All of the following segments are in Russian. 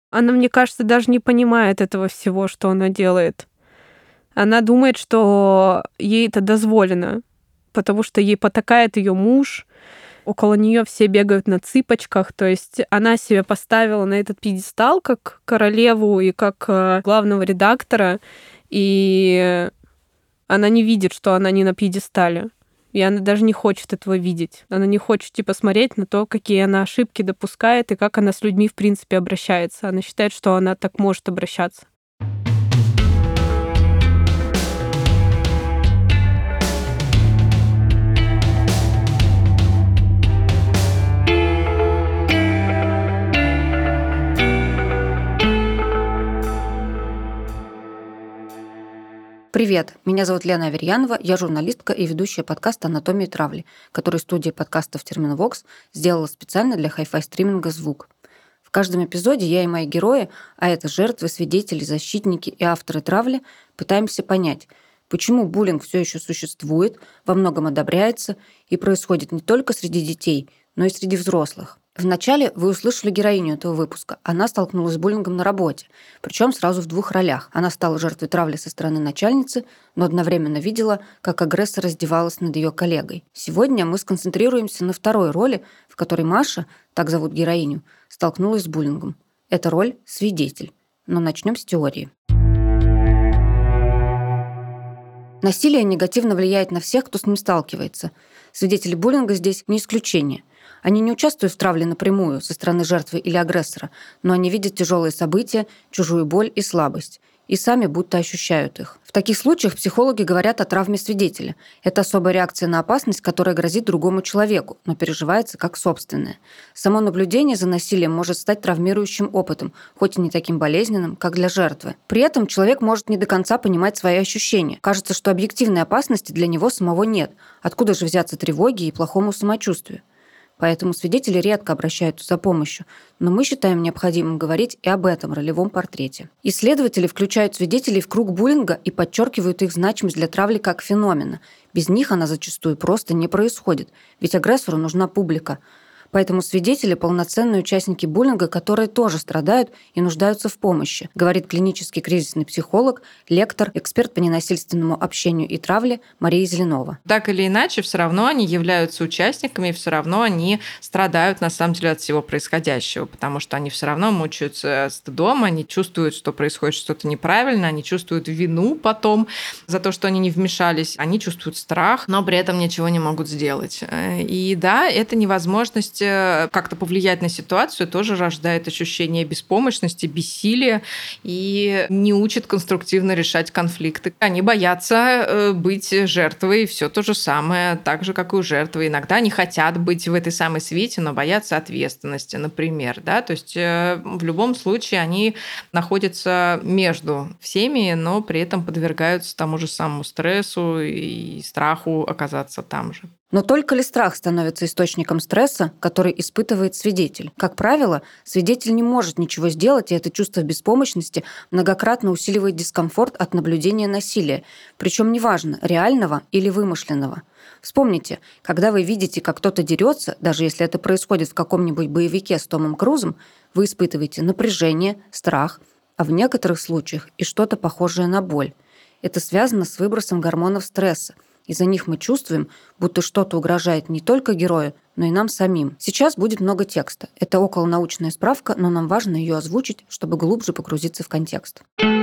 Она, мне кажется, даже не понимает этого всего, что она делает. Она думает, что ей это дозволено, потому что ей потакает ее муж, около нее все бегают на цыпочках. То есть она себя поставила на этот пьедестал как королеву и как главного редактора, и она не видит, что она не на пьедестале. И она даже не хочет этого видеть. Она не хочет, смотреть на то, какие она ошибки допускает и как она с людьми, в принципе, обращается. Она считает, что она так может обращаться. Привет, меня зовут Лена Аверьянова, я журналистка и ведущая подкаста «Анатомия травли», который студия подкастов «Терминвокс» сделала специально для хай-фай стриминга «Звук». В каждом эпизоде я и мои герои, а это жертвы, свидетели, защитники и авторы травли, пытаемся понять, почему буллинг все еще существует, во многом одобряется и происходит не только среди детей, но и среди взрослых. Вначале вы услышали героиню этого выпуска. Она столкнулась с буллингом на работе, причем сразу в двух ролях. Она стала жертвой травли со стороны начальницы, но одновременно видела, как агрессор издевалась над ее коллегой. Сегодня мы сконцентрируемся на второй роли, в которой Маша, так зовут героиню, столкнулась с буллингом. Это роль свидетель. Но начнем с теории. Насилие негативно влияет на всех, кто с ним сталкивается. Свидетели буллинга здесь не исключение. Они не участвуют в травле напрямую со стороны жертвы или агрессора, но они видят тяжелые события, чужую боль и слабость, и сами будто ощущают их. В таких случаях психологи говорят о травме свидетеля. Это особая реакция на опасность, которая грозит другому человеку, но переживается как собственная. Само наблюдение за насилием может стать травмирующим опытом, хоть и не таким болезненным, как для жертвы. При этом человек может не до конца понимать свои ощущения. Кажется, что объективной опасности для него самого нет. Откуда же взяться тревоге и плохому самочувствию? Поэтому свидетели редко обращаются за помощью, но мы считаем необходимым говорить и об этом ролевом портрете. Исследователи включают свидетелей в круг буллинга и подчеркивают их значимость для травли как феномена. Без них она зачастую просто не происходит, ведь агрессору нужна публика. Поэтому свидетели – полноценные участники буллинга, которые тоже страдают и нуждаются в помощи, говорит клинический кризисный психолог, лектор, эксперт по ненасильственному общению и травле Мария Зеленова. Так или иначе, все равно они являются участниками, и все равно они страдают на самом деле от всего происходящего, потому что они все равно мучаются стыдом, они чувствуют, что происходит что-то неправильно, они чувствуют вину потом за то, что они не вмешались, они чувствуют страх, но при этом ничего не могут сделать. И да, это невозможность как-то повлиять на ситуацию тоже рождает ощущение беспомощности, бессилия и не учит конструктивно решать конфликты. Они боятся быть жертвой, все то же самое, так же, как и у жертвы. Иногда они хотят быть в этой самой свите, но боятся ответственности, например. Да? То есть в любом случае они находятся между всеми, но при этом подвергаются тому же самому стрессу и страху оказаться там же. Но только ли страх становится источником стресса, который испытывает свидетель? Как правило, свидетель не может ничего сделать, и это чувство беспомощности многократно усиливает дискомфорт от наблюдения насилия, причем неважно, реального или вымышленного. Вспомните, когда вы видите, как кто-то дерется, даже если это происходит в каком-нибудь боевике с Томом Крузом, вы испытываете напряжение, страх, а в некоторых случаях и что-то похожее на боль. Это связано с выбросом гормонов стресса. Из-за них мы чувствуем, будто что-то угрожает не только герою, но и нам самим. Сейчас будет много текста. Это околонаучная справка, но нам важно ее озвучить, чтобы глубже погрузиться в контекст.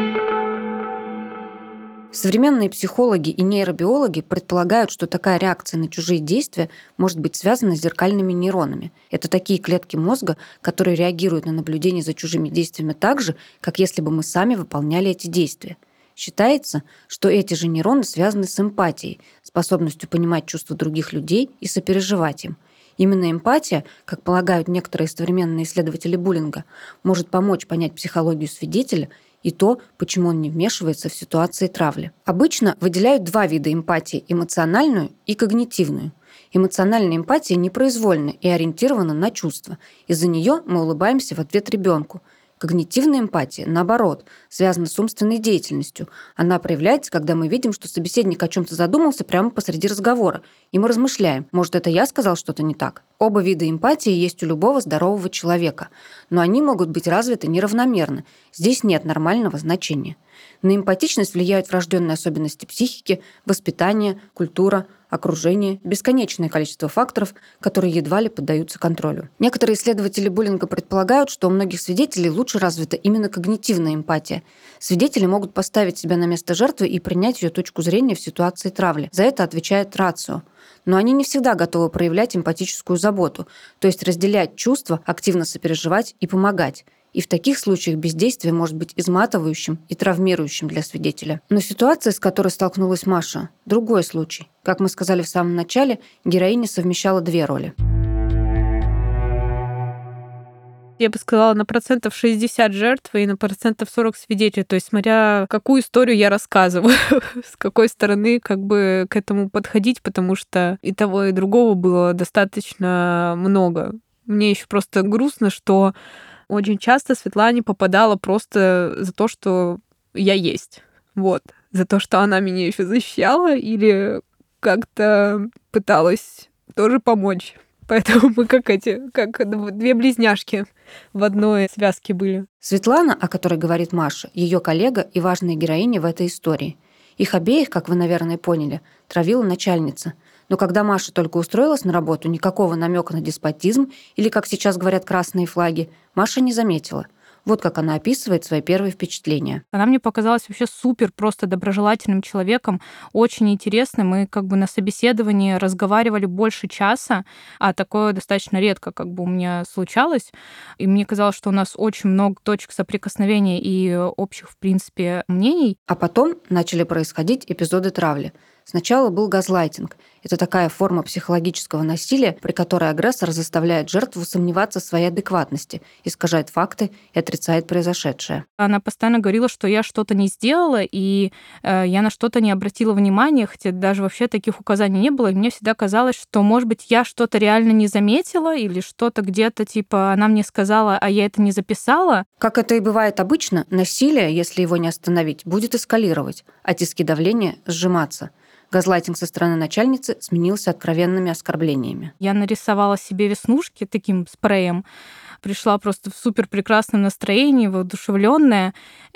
Современные психологи и нейробиологи предполагают, что такая реакция на чужие действия может быть связана с зеркальными нейронами. Это такие клетки мозга, которые реагируют на наблюдение за чужими действиями так же, как если бы мы сами выполняли эти действия. Считается, что эти же нейроны связаны с эмпатией, способностью понимать чувства других людей и сопереживать им. Именно эмпатия, как полагают некоторые современные исследователи буллинга, может помочь понять психологию свидетеля и то, почему он не вмешивается в ситуации травли. Обычно выделяют два вида эмпатии – эмоциональную и когнитивную. Эмоциональная эмпатия непроизвольна и ориентирована на чувства. Из-за нее мы улыбаемся в ответ ребенку. Когнитивная эмпатия, наоборот, связана с умственной деятельностью. Она проявляется, когда мы видим, что собеседник о чем-то задумался прямо посреди разговора, и мы размышляем, может, это я сказал что-то не так? Оба вида эмпатии есть у любого здорового человека, но они могут быть развиты неравномерно. Здесь нет нормального значения. На эмпатичность влияют врожденные особенности психики, воспитание, культура, окружение, бесконечное количество факторов, которые едва ли поддаются контролю. Некоторые исследователи буллинга предполагают, что у многих свидетелей лучше развита именно когнитивная эмпатия. Свидетели могут поставить себя на место жертвы и принять ее точку зрения в ситуации травли. За это отвечает рацио. Но они не всегда готовы проявлять эмпатическую заботу, то есть разделять чувства, активно сопереживать и помогать. И в таких случаях бездействие может быть изматывающим и травмирующим для свидетеля. Но ситуация, с которой столкнулась Маша, другой случай. Как мы сказали в самом начале, героиня совмещала две роли. Я бы сказала, на 60% жертв и на 40% свидетелей. То есть, смотря какую историю я рассказываю, с какой стороны как бы к этому подходить, потому что и того, и другого было достаточно много. Мне еще просто грустно, что очень часто Светлане попадала просто за то, что я есть. Вот. За то, что она меня еще защищала или как-то пыталась тоже помочь. Поэтому мы как две близняшки в одной связке были. Светлана, о которой говорит Маша, ее коллега и важная героиня в этой истории. Их обеих, как вы, наверное, поняли, травила начальница. Но когда Маша только устроилась на работу, никакого намека на деспотизм или, как сейчас говорят, красные флаги, Маша не заметила. Вот как она описывает свои первые впечатления. Она мне показалась вообще супер, просто доброжелательным человеком, очень интересным. Мы как бы на собеседовании разговаривали больше часа, а такое достаточно редко как бы у меня случалось. И мне казалось, что у нас очень много точек соприкосновения и общих, в принципе, мнений. А потом начали происходить эпизоды травли. Сначала был газлайтинг. Это такая форма психологического насилия, при которой агрессор заставляет жертву сомневаться в своей адекватности, искажает факты и отрицает произошедшее. Она постоянно говорила, что я что-то не сделала, и я на что-то не обратила внимания, хотя даже вообще таких указаний не было. И мне всегда казалось, что, может быть, я что-то реально не заметила, или что-то где-то, типа, она мне сказала, а я это не записала. Как это и бывает обычно, насилие, если его не остановить, будет эскалировать, а тиски давления сжиматься. Газлайтинг со стороны начальницы сменился откровенными оскорблениями. Я нарисовала себе веснушки таким спреем, пришла просто в супер прекрасном настроении, воодушевленная,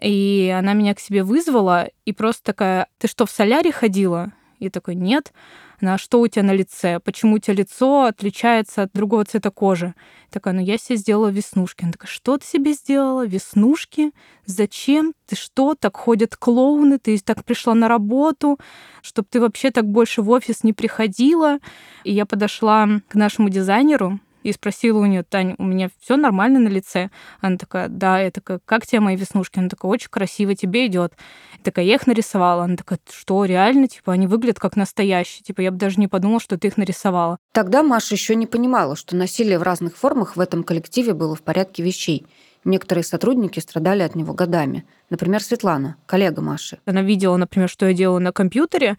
и она меня к себе вызвала и просто такая: «Ты что, в солярий ходила?» Я такой: «Нет». Она: «А что у тебя на лице? Почему у тебя лицо отличается от другого цвета кожи?» Я такая: «Ну, я себе сделала веснушки». Она такая: «Что ты себе сделала? Веснушки? Зачем? Ты что, так ходят клоуны? Ты так пришла на работу, чтобы ты вообще так больше в офис не приходила?» И я подошла к нашему дизайнеру и спросила у нее: «Тань, у меня все нормально на лице?» Она такая: «Да». Я такая: «Как тебе мои веснушки?» Она такая: «Очень красиво, тебе идет». Я такая: «Я их нарисовала». Она такая: «Что, реально? Типа, они выглядят как настоящие. Типа, я бы даже не подумала, что ты их нарисовала». Тогда Маша еще не понимала, что насилие в разных формах в этом коллективе было в порядке вещей. Некоторые сотрудники страдали от него годами. Например, Светлана, коллега Маши. Она видела, например, что я делаю на компьютере,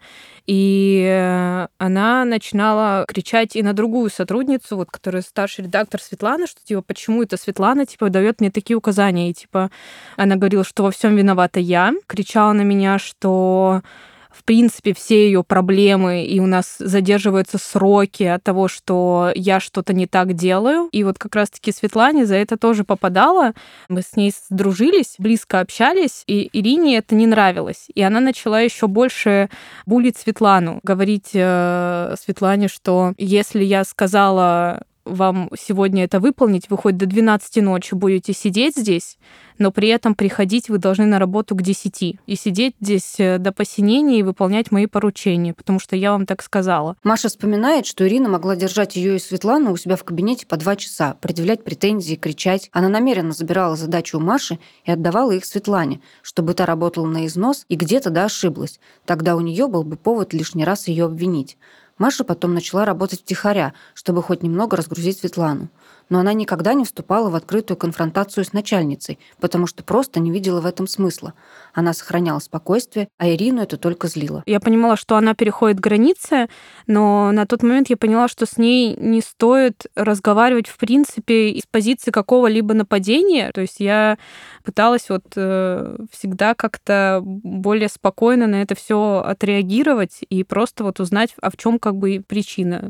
и она начинала кричать и на другую сотрудницу, вот, которая старший редактор Светланы, что типа: «Почему это Светлана типа дает мне такие указания?» И типа она говорила, что во всем виновата я, кричала на меня, что в принципе все ее проблемы, и у нас задерживаются сроки от того, что я что-то не так делаю. И вот как раз-таки Светлане за это тоже попадало. Мы с ней сдружились, близко общались, и Ирине это не нравилось. И она начала еще больше булить Светлану, говорить Светлане, что если я сказала вам сегодня это выполнить, вы хоть до 12 ночи будете сидеть здесь, но при этом приходить вы должны на работу к 10 и сидеть здесь до посинения и выполнять мои поручения, потому что я вам так сказала. Маша вспоминает, что Ирина могла держать ее и Светлану у себя в кабинете по 2 часа, предъявлять претензии, кричать. Она намеренно забирала задачи у Маши и отдавала их Светлане, чтобы та работала на износ и где-то ошиблась. Тогда у нее был бы повод лишний раз ее обвинить. Маша потом начала работать втихаря, чтобы хоть немного разгрузить Светлану. Но она никогда не вступала в открытую конфронтацию с начальницей, потому что просто не видела в этом смысла. Она сохраняла спокойствие, а Ирину это только злило. Я понимала, что она переходит границы, но на тот момент я поняла, что с ней не стоит разговаривать, в принципе, из позиции какого-либо нападения. То есть я пыталась вот всегда как-то более спокойно на это все отреагировать и просто вот узнать, а в чем как бы причина.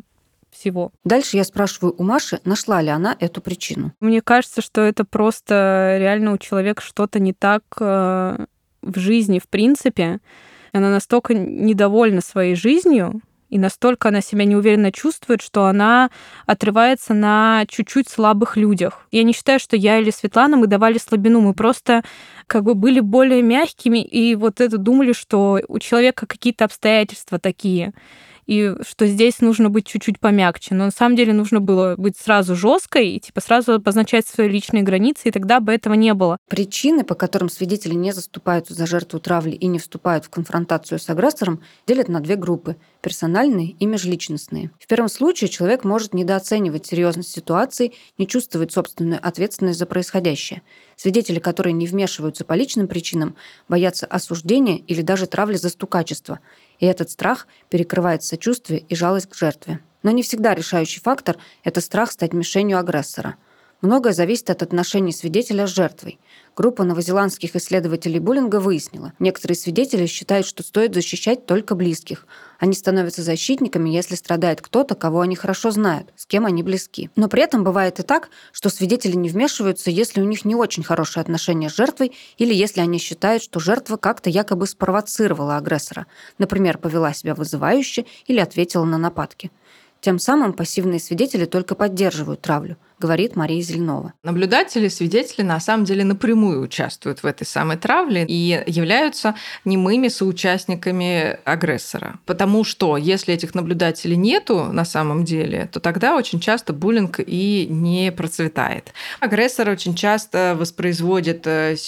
всего. Дальше я спрашиваю у Маши, нашла ли она эту причину. Мне кажется, что это просто реально у человека что-то не так в жизни, в принципе. Она настолько недовольна своей жизнью, и настолько она себя неуверенно чувствует, что она отрывается на чуть-чуть слабых людях. Я не считаю, что я или Светлана, мы давали слабину, мы просто как бы были более мягкими, и вот это думали, что у человека какие-то обстоятельства такие, и что здесь нужно быть чуть-чуть помягче. Но на самом деле нужно было быть сразу жесткой и типа сразу обозначать свои личные границы, и тогда бы этого не было. Причины, по которым свидетели не заступаются за жертву травли и не вступают в конфронтацию с агрессором, делят на две группы – персональные и межличностные. В первом случае человек может недооценивать серьезность ситуации, не чувствовать собственную ответственность за происходящее. Свидетели, которые не вмешиваются по личным причинам, боятся осуждения или даже травли за стукачество, и этот страх перекрывает сочувствие и жалость к жертве. Но не всегда решающий фактор – это страх стать мишенью агрессора. Многое зависит от отношений свидетеля с жертвой. Группа новозеландских исследователей буллинга выяснила, некоторые свидетели считают, что стоит защищать только близких. Они становятся защитниками, если страдает кто-то, кого они хорошо знают, с кем они близки. Но при этом бывает и так, что свидетели не вмешиваются, если у них не очень хорошие отношения с жертвой или если они считают, что жертва как-то якобы спровоцировала агрессора, например, повела себя вызывающе или ответила на нападки. Тем самым пассивные свидетели только поддерживают травлю, говорит Мария Зеленова. Наблюдатели, свидетели на самом деле напрямую участвуют в этой самой травле и являются немыми соучастниками агрессора. Потому что если этих наблюдателей нету на самом деле, то тогда очень часто буллинг и не процветает. Агрессор очень часто воспроизводит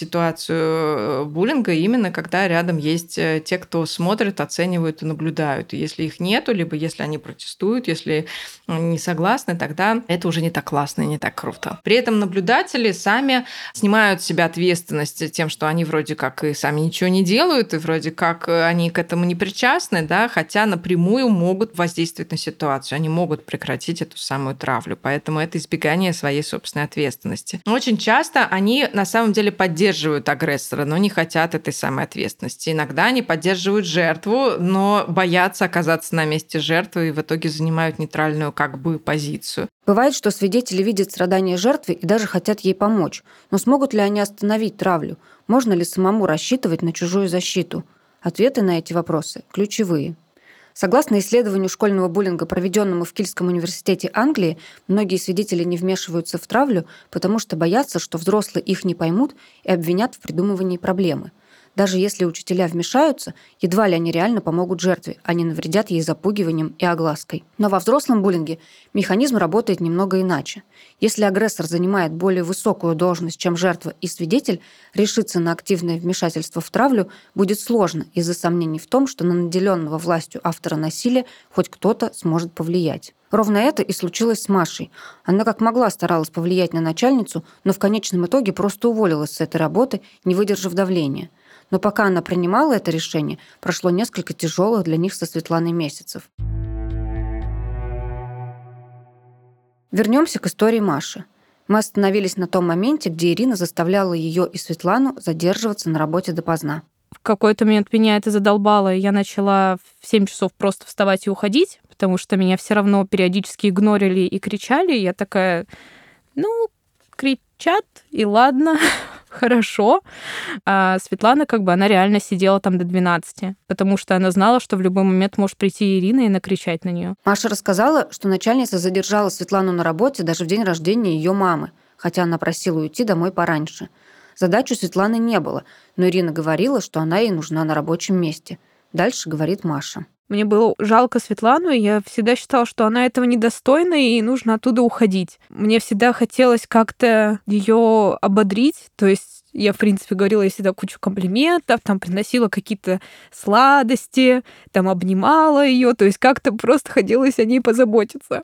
ситуацию буллинга именно когда рядом есть те, кто смотрит, оценивают и наблюдают. И если их нету, либо если они протестуют, если не согласны, тогда это уже не так классно и не так круто. При этом наблюдатели сами снимают с себя ответственность тем, что они вроде как и сами ничего не делают, и вроде как они к этому не причастны, да, хотя напрямую могут воздействовать на ситуацию, они могут прекратить эту самую травлю, поэтому это избегание своей собственной ответственности. Но очень часто они на самом деле поддерживают агрессора, но не хотят этой самой ответственности. Иногда они поддерживают жертву, но боятся оказаться на месте жертвы и в итоге занимают нейтральную как бы позицию. Бывает, что свидетели видят страдания жертвы и даже хотят ей помочь. Но смогут ли они остановить травлю? Можно ли самому рассчитывать на чужую защиту? Ответы на эти вопросы ключевые. Согласно исследованию школьного буллинга, проведенному в Кильском университете Англии, многие свидетели не вмешиваются в травлю, потому что боятся, что взрослые их не поймут и обвинят в придумывании проблемы. Даже если учителя вмешаются, едва ли они реально помогут жертве, а не навредят ей запугиванием и оглаской. Но во взрослом буллинге механизм работает немного иначе. Если агрессор занимает более высокую должность, чем жертва и свидетель, решиться на активное вмешательство в травлю будет сложно из-за сомнений в том, что на наделенного властью автора насилия хоть кто-то сможет повлиять. Ровно это и случилось с Машей. Она как могла старалась повлиять на начальницу, но в конечном итоге просто уволилась с этой работы, не выдержав давления. Но пока она принимала это решение, прошло несколько тяжелых для них со Светланой месяцев. Вернемся к истории Маши. Мы остановились на том моменте, где Ирина заставляла ее и Светлану задерживаться на работе допоздна. В какой-то момент меня это задолбало, и я начала в 7 часов просто вставать и уходить, потому что меня все равно периодически игнорили и кричали. И я такая, кричат, и ладно, хорошо. А Светлана, она реально сидела там до 12, потому что она знала, что в любой момент может прийти Ирина и накричать на нее. Маша рассказала, что начальница задержала Светлану на работе даже в день рождения ее мамы, хотя она просила уйти домой пораньше. Задач у Светланы не было, но Ирина говорила, что она ей нужна на рабочем месте. Дальше говорит Маша. Мне было жалко Светлану, и я всегда считала, что она этого недостойна, и нужно оттуда уходить. Мне всегда хотелось как-то ее ободрить, то есть я, в принципе, говорила ей всегда кучу комплиментов, приносила какие-то сладости, обнимала ее, то есть как-то просто хотелось о ней позаботиться.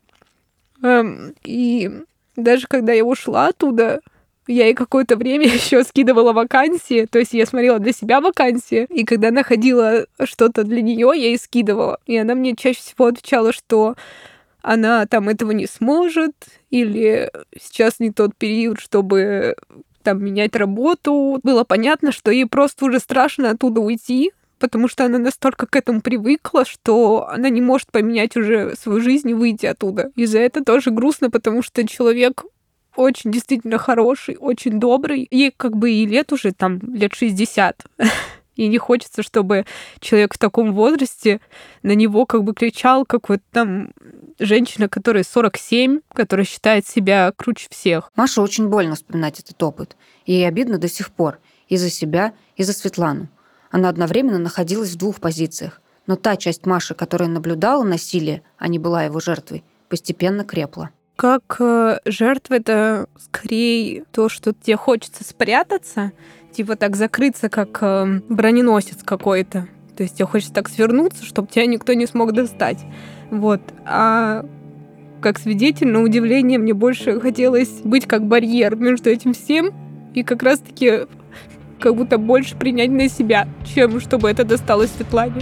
И даже когда я ушла оттуда, я ей какое-то время еще скидывала вакансии, то есть я смотрела для себя вакансии, и когда находила что-то для нее, я ей скидывала. И она мне чаще всего отвечала, что она этого не сможет, или сейчас не тот период, чтобы менять работу. Было понятно, что ей просто уже страшно оттуда уйти, потому что она настолько к этому привыкла, что она не может поменять уже свою жизнь и выйти оттуда. И за это тоже грустно, потому что человек очень действительно хороший, очень добрый. Ей как бы и лет уже там лет 60. И не хочется, чтобы человек в таком возрасте на него как бы кричал, как вот там женщина, которая 47, которая считает себя круче всех. Маше очень больно вспоминать этот опыт. Ей обидно до сих пор. И за себя, и за Светлану. Она одновременно находилась в двух позициях. Но та часть Маши, которая наблюдала насилие, а не была его жертвой, постепенно крепла. Как жертва — это скорее то, что тебе хочется спрятаться, типа так закрыться, как броненосец какой-то. То есть тебе хочется так свернуться, чтобы тебя никто не смог достать. Вот. А как свидетель, на удивление, мне больше хотелось быть как барьер между этим всем и как раз-таки как будто больше принять на себя, чем чтобы это досталось Светлане.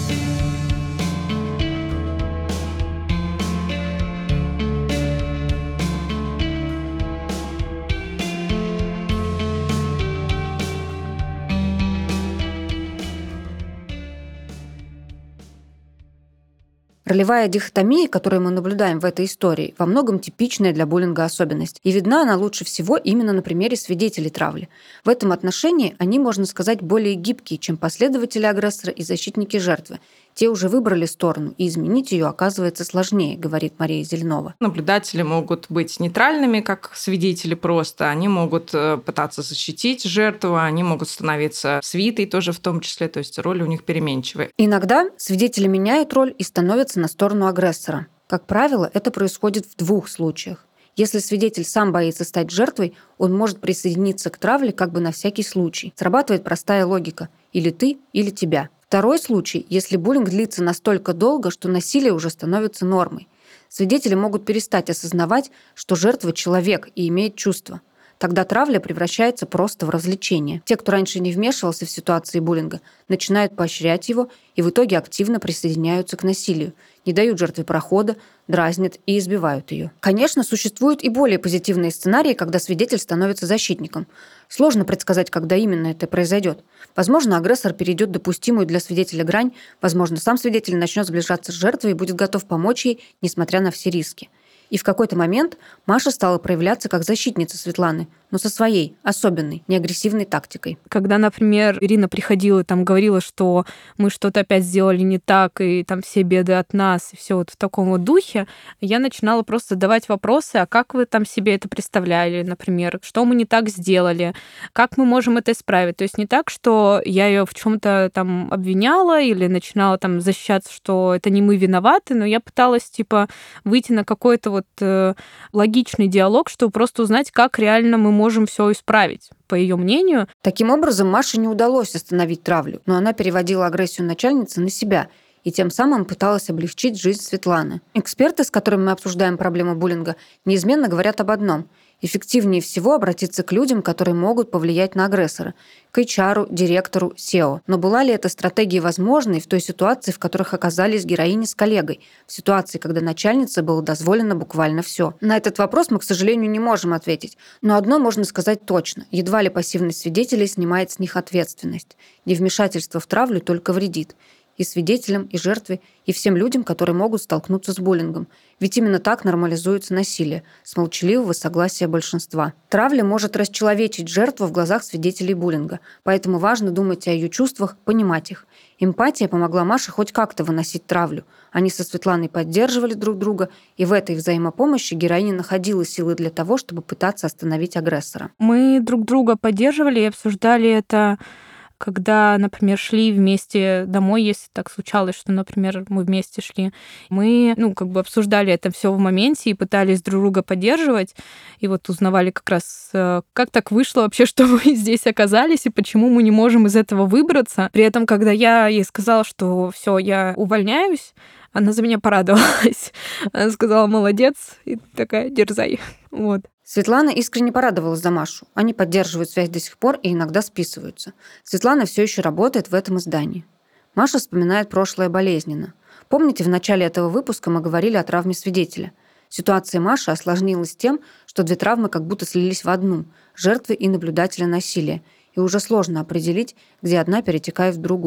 Ролевая дихотомия, которую мы наблюдаем в этой истории, во многом типичная для буллинга особенность. И видна она лучше всего именно на примере свидетелей травли. В этом отношении они, можно сказать, более гибкие, чем последователи агрессора и защитники жертвы. Те уже выбрали сторону, и изменить ее оказывается сложнее, говорит Мария Зеленова. Наблюдатели могут быть нейтральными, как свидетели просто. Они могут пытаться защитить жертву, они могут становиться свитой тоже в том числе, то есть роли у них переменчивые. Иногда свидетели меняют роль и становятся на сторону агрессора. Как правило, это происходит в двух случаях. Если свидетель сам боится стать жертвой, он может присоединиться к травле как бы на всякий случай. Срабатывает простая логика: или ты, или тебя. Второй случай, если буллинг длится настолько долго, что насилие уже становится нормой. Свидетели могут перестать осознавать, что жертва — человек и имеет чувства. Тогда травля превращается просто в развлечение. Те, кто раньше не вмешивался в ситуации буллинга, начинают поощрять его и в итоге активно присоединяются к насилию, не дают жертве прохода, дразнят и избивают ее. Конечно, существуют и более позитивные сценарии, когда свидетель становится защитником. Сложно предсказать, когда именно это произойдет. Возможно, агрессор перейдет допустимую для свидетеля грань, возможно, сам свидетель начнет сближаться с жертвой и будет готов помочь ей, несмотря на все риски. И в какой-то момент Маша стала проявляться как защитница Светланы, но со своей, особенной, неагрессивной тактикой. Когда, например, Ирина приходила и там говорила, что мы что-то опять сделали не так, и там все беды от нас, и все вот в таком вот духе, я начинала просто задавать вопросы: а как вы там себе это представляли, например, что мы не так сделали, как мы можем это исправить. То есть не так, что я ее в чем-то там обвиняла или начинала там защищаться, что это не мы виноваты, но я пыталась типа выйти на какой-то вот логичный диалог, чтобы просто узнать, как реально мы можем все исправить, по ее мнению. Таким образом, Маше не удалось остановить травлю, но она переводила агрессию начальницы на себя и тем самым пыталась облегчить жизнь Светланы. Эксперты, с которыми мы обсуждаем проблему буллинга, неизменно говорят об одном: эффективнее всего обратиться к людям, которые могут повлиять на агрессора, к HR, директору, SEO. Но была ли эта стратегия возможной в той ситуации, в которых оказались героини с коллегой, в ситуации, когда начальнице было дозволено буквально все? На этот вопрос мы, к сожалению, не можем ответить. Но одно можно сказать точно: едва ли пассивность свидетелей снимает с них ответственность. Невмешательство в травлю только вредит. И свидетелям, и жертве, и всем людям, которые могут столкнуться с буллингом. Ведь именно так нормализуется насилие, с молчаливого согласия большинства. Травля может расчеловечить жертву в глазах свидетелей буллинга, поэтому важно думать о ее чувствах, понимать их. Эмпатия помогла Маше хоть как-то выносить травлю. Они со Светланой поддерживали друг друга, и в этой взаимопомощи героиня находила силы для того, чтобы пытаться остановить агрессора. Мы друг друга поддерживали и обсуждали это, когда, например, шли вместе домой, если так случалось, что, например, мы вместе шли, мы, обсуждали это все в моменте и пытались друг друга поддерживать, и вот узнавали как раз, как так вышло вообще, что мы здесь оказались, и почему мы не можем из этого выбраться. При этом, когда я ей сказала, что все, я увольняюсь, она за меня порадовалась. Она сказала: молодец, и такая: дерзай. Вот. Светлана искренне порадовалась за Машу. Они поддерживают связь до сих пор и иногда списываются. Светлана все еще работает в этом издании. Маша вспоминает прошлое болезненно. Помните, в начале этого выпуска мы говорили о травме свидетеля? Ситуация Маши осложнилась тем, что две травмы как будто слились в одну – жертвы и наблюдателя насилия, и уже сложно определить, где одна перетекает в другую.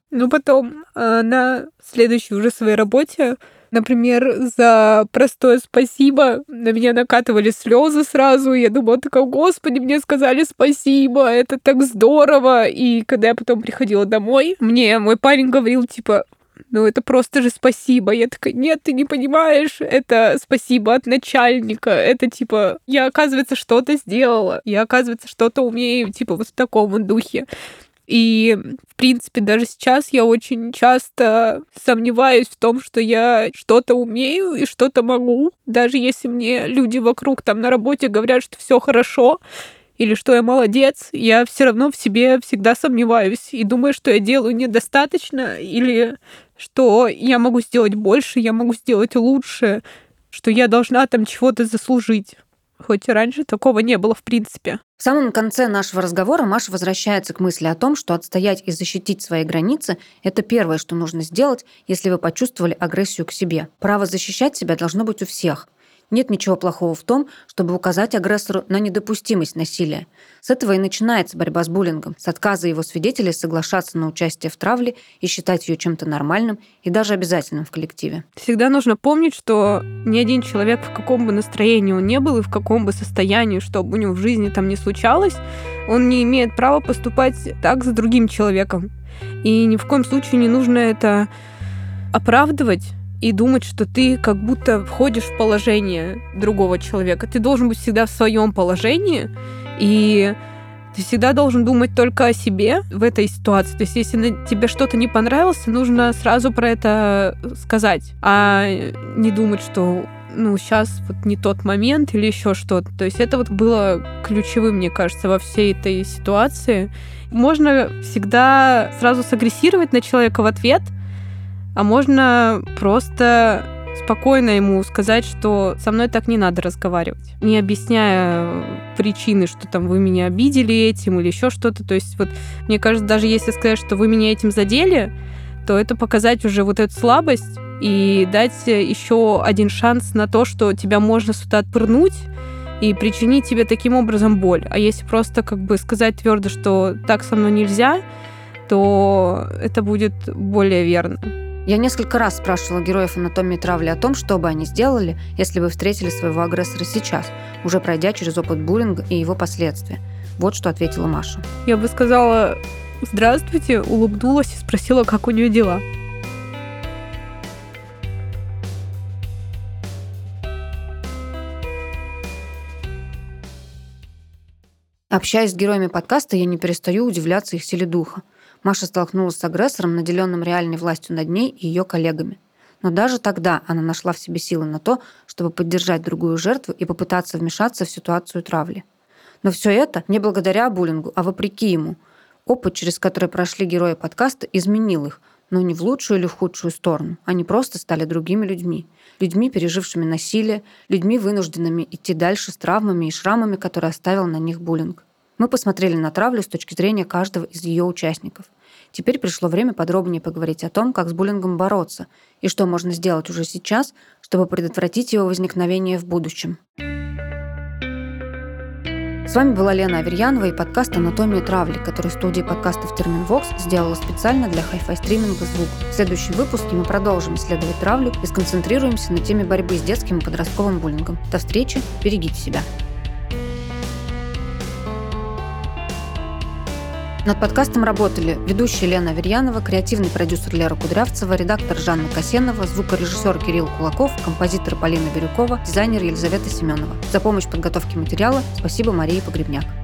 Но потом на следующей уже своей работе, например, за простое спасибо на меня накатывали слезы сразу. Я думала такая: Господи, мне сказали спасибо, это так здорово. И когда я потом приходила домой, мне мой парень говорил, типа: ну это просто же спасибо. Я такая: нет, ты не понимаешь, это спасибо от начальника. Это типа, я, оказывается, что-то сделала. Я, оказывается, что-то умею, типа вот в таком вот духе. И, в принципе, даже сейчас я очень часто сомневаюсь в том, что я что-то умею и что-то могу. Даже если мне люди вокруг там на работе говорят, что все хорошо, или что я молодец, я все равно в себе всегда сомневаюсь и думаю, что я делаю недостаточно, или что я могу сделать больше, я могу сделать лучше, что я должна там чего-то заслужить. Хоть и раньше такого не было в принципе. В самом конце нашего разговора Маша возвращается к мысли о том, что отстоять и защитить свои границы – это первое, что нужно сделать, если вы почувствовали агрессию к себе. Право защищать себя должно быть у всех. Нет ничего плохого в том, чтобы указать агрессору на недопустимость насилия. С этого и начинается борьба с буллингом, с отказа его свидетелей соглашаться на участие в травле и считать ее чем-то нормальным и даже обязательным в коллективе. Всегда нужно помнить, что ни один человек, в каком бы настроении он не был и в каком бы состоянии, что бы у него в жизни там ни случалось, он не имеет права поступать так с другим человеком. И ни в коем случае не нужно это оправдывать и думать, что ты как будто входишь в положение другого человека. Ты должен быть всегда в своем положении, и ты всегда должен думать только о себе в этой ситуации. То есть, если тебе что-то не понравилось, нужно сразу про это сказать, а не думать, что сейчас вот не тот момент или еще что-то. То есть это вот было ключевым, мне кажется, во всей этой ситуации. Можно всегда сразу сагрессировать на человека в ответ, а можно просто спокойно ему сказать, что со мной так не надо разговаривать, не объясняя причины, что там вы меня обидели этим или еще что-то. То есть вот мне кажется, даже если сказать, что вы меня этим задели, то это показать уже вот эту слабость и дать еще один шанс на то, что тебя можно сюда отпырнуть и причинить тебе таким образом боль. А если просто как бы сказать твердо, что так со мной нельзя, то это будет более верно. Я несколько раз спрашивала героев анатомии травли о том, что бы они сделали, если бы встретили своего агрессора сейчас, уже пройдя через опыт буллинга и его последствия. Вот что ответила Маша. Я бы сказала: здравствуйте, улыбнулась и спросила, как у нее дела. Общаясь с героями подкаста, я не перестаю удивляться их силе духа. Маша столкнулась с агрессором, наделенным реальной властью над ней и ее коллегами. Но даже тогда она нашла в себе силы на то, чтобы поддержать другую жертву и попытаться вмешаться в ситуацию травли. Но все это не благодаря буллингу, а вопреки ему. Опыт, через который прошли герои подкаста, изменил их, но не в лучшую или в худшую сторону. Они просто стали другими людьми. Людьми, пережившими насилие, людьми, вынужденными идти дальше с травмами и шрамами, которые оставил на них буллинг. Мы посмотрели на травлю с точки зрения каждого из ее участников. Теперь пришло время подробнее поговорить о том, как с буллингом бороться и что можно сделать уже сейчас, чтобы предотвратить его возникновение в будущем. С вами была Лена Аверьянова и подкаст «Анатомия травли», который студия подкастов «Терминвокс» сделала специально для хай-фай стриминга «Звук». В следующем выпуске мы продолжим исследовать травлю и сконцентрируемся на теме борьбы с детским и подростковым буллингом. До встречи, берегите себя. Над подкастом работали ведущая Лена Аверьянова, креативный продюсер Лера Кудрявцева, редактор Жанна Касенова, звукорежиссер Кирилл Кулаков, композитор Полина Бирюкова, дизайнер Елизавета Семенова. За помощь в подготовке материала спасибо Марии Погребняк.